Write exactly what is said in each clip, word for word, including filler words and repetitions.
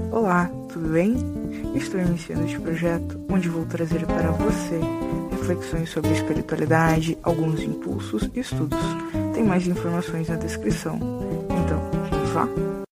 Olá, tudo bem? Estou iniciando este projeto onde vou trazer para você reflexões sobre espiritualidade, alguns impulsos e estudos. Tem mais informações na descrição. Então, vamos lá?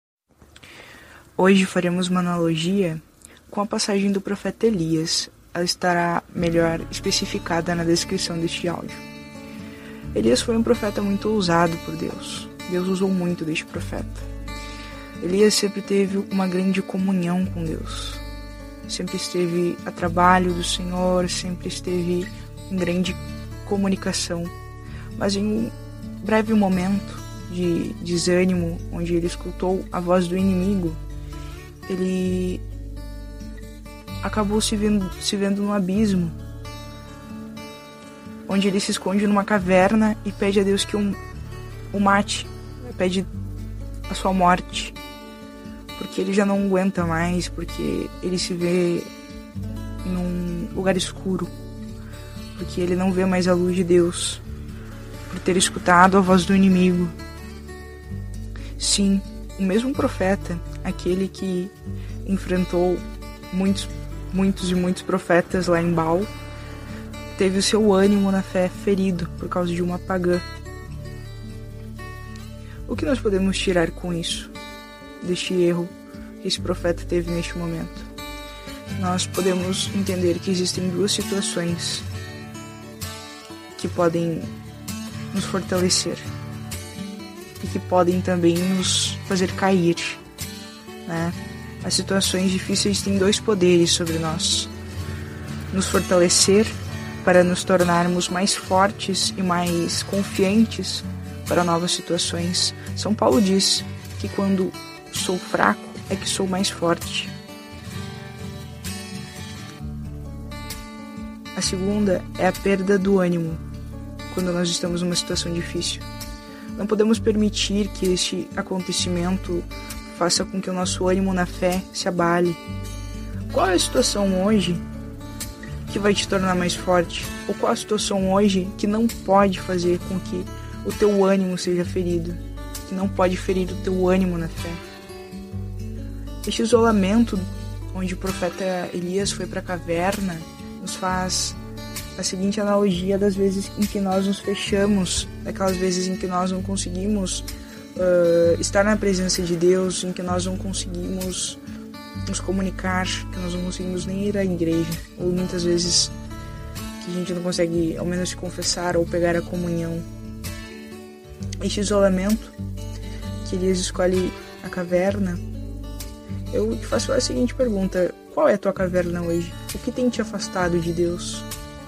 Hoje faremos uma analogia com a passagem do profeta Elias. Ela estará melhor especificada na descrição deste áudio. Elias foi um profeta muito ousado por Deus. Deus usou muito deste profeta. Elias sempre teve uma grande comunhão com Deus. Sempre esteve a trabalho do Senhor, sempre esteve em grande comunicação. Mas em um breve momento de desânimo, onde ele escutou a voz do inimigo, ele acabou se vendo, se vendo no abismo, onde ele se esconde numa caverna e pede a Deus que o, o mate, pede a sua morte, porque ele já não aguenta mais, porque ele se vê num lugar escuro, porque ele não vê mais a luz de Deus, por ter escutado a voz do inimigo. Sim, o mesmo profeta, aquele que enfrentou muitos, muitos e muitos profetas lá em Baal, teve o seu ânimo na fé ferido por causa de uma pagã. O que nós podemos tirar com isso, deste erro que esse profeta teve neste momento? Nós podemos entender que existem duas situações que podem nos fortalecer e que podem também nos fazer cair, né? As situações difíceis têm dois poderes sobre nós: nos fortalecer para nos tornarmos mais fortes e mais confiantes para novas situações. São Paulo diz que quando sou fraco é que sou mais forte. A segunda é a perda do ânimo quando nós estamos numa situação difícil. Não podemos permitir que este acontecimento faça com que o nosso ânimo na fé se abale. Qual é a situação hoje que vai te tornar mais forte? Ou qual a situação hoje que não pode fazer com que o teu ânimo seja ferido, que não pode ferir o teu ânimo na fé? Este isolamento, onde o profeta Elias foi para a caverna, nos faz a seguinte analogia das vezes em que nós nos fechamos, daquelas vezes em que nós não conseguimos uh, estar na presença de Deus, em que nós não conseguimos nos comunicar, que nós não conseguimos nem ir à igreja, ou muitas vezes que a gente não consegue ao menos se confessar ou pegar a comunhão. Este isolamento, que Elias escolhe a caverna, eu te faço a seguinte pergunta: qual é a tua caverna hoje? O que tem te afastado de Deus?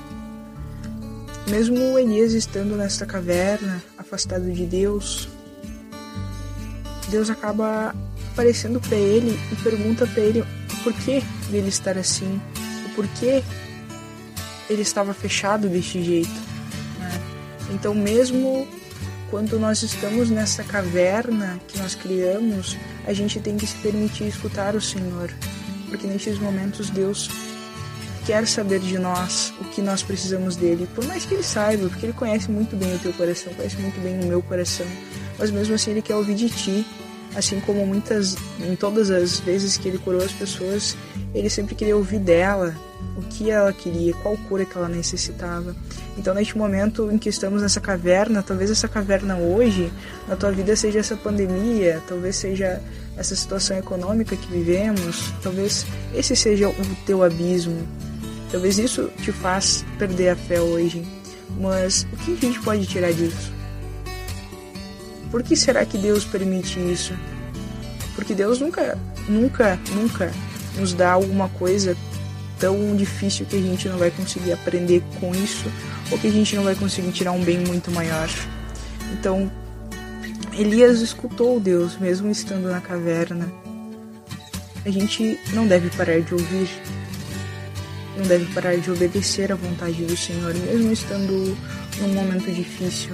Mesmo Elias estando nesta caverna, afastado de Deus, Deus acaba aparecendo para ele e pergunta para ele o porquê dele estar assim, o porquê ele estava fechado deste jeito, né? Então, mesmo quando nós estamos nessa caverna que nós criamos, a gente tem que se permitir escutar o Senhor, porque nesses momentos Deus quer saber de nós o que nós precisamos dele, por mais que ele saiba, porque ele conhece muito bem o teu coração, conhece muito bem o meu coração, mas mesmo assim ele quer ouvir de ti. Assim como muitas, em todas as vezes que ele curou as pessoas, ele sempre queria ouvir dela o que ela queria, qual cura que ela necessitava. Então, neste momento em que estamos nessa caverna, talvez essa caverna hoje, na tua vida, seja essa pandemia, talvez seja essa situação econômica que vivemos, talvez esse seja o teu abismo, talvez isso te faça perder a fé hoje. Mas o que a gente pode tirar disso? Por que será que Deus permite isso? Porque Deus nunca, nunca, nunca nos dá alguma coisa tão difícil que a gente não vai conseguir aprender com isso, ou que a gente não vai conseguir tirar um bem muito maior. Então, Elias escutou Deus, mesmo estando na caverna. A gente não deve parar de ouvir, não deve parar de obedecer à vontade do Senhor, mesmo estando num momento difícil.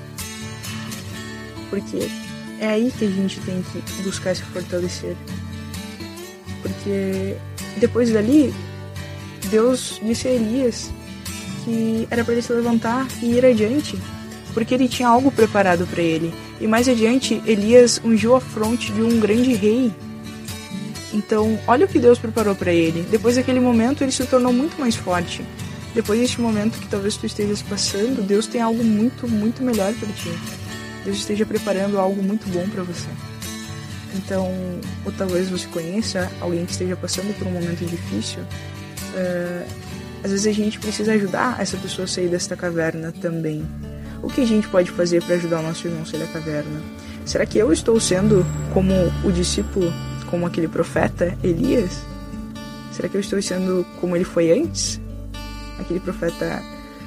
Porque é aí que a gente tem que buscar se fortalecer. Porque depois dali, Deus disse a Elias que era para ele se levantar e ir adiante, porque ele tinha algo preparado para ele. E mais adiante, Elias ungiu a fronte de um grande rei. Então, olha o que Deus preparou para ele. Depois daquele momento, ele se tornou muito mais forte. Depois deste momento que talvez tu estejas passando, Deus tem algo muito, muito melhor para ti. Deus esteja preparando algo muito bom para você. Então, ou talvez você conheça alguém que esteja passando por um momento difícil. Uh, às vezes a gente precisa ajudar essa pessoa a sair desta caverna também. O que a gente pode fazer para ajudar o nosso irmão a sair da caverna? Será que eu estou sendo como o discípulo, como aquele profeta Elias? Será que eu estou sendo como ele foi antes? Aquele profeta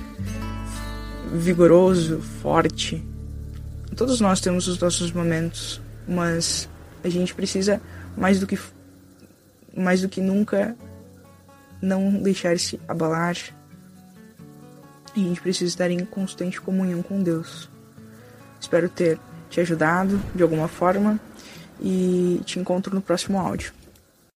vigoroso, forte. Todos nós temos os nossos momentos, mas a gente precisa, mais do que, mais do que nunca, não deixar-se abalar. A gente precisa estar em constante comunhão com Deus. Espero ter te ajudado de alguma forma e te encontro no próximo áudio.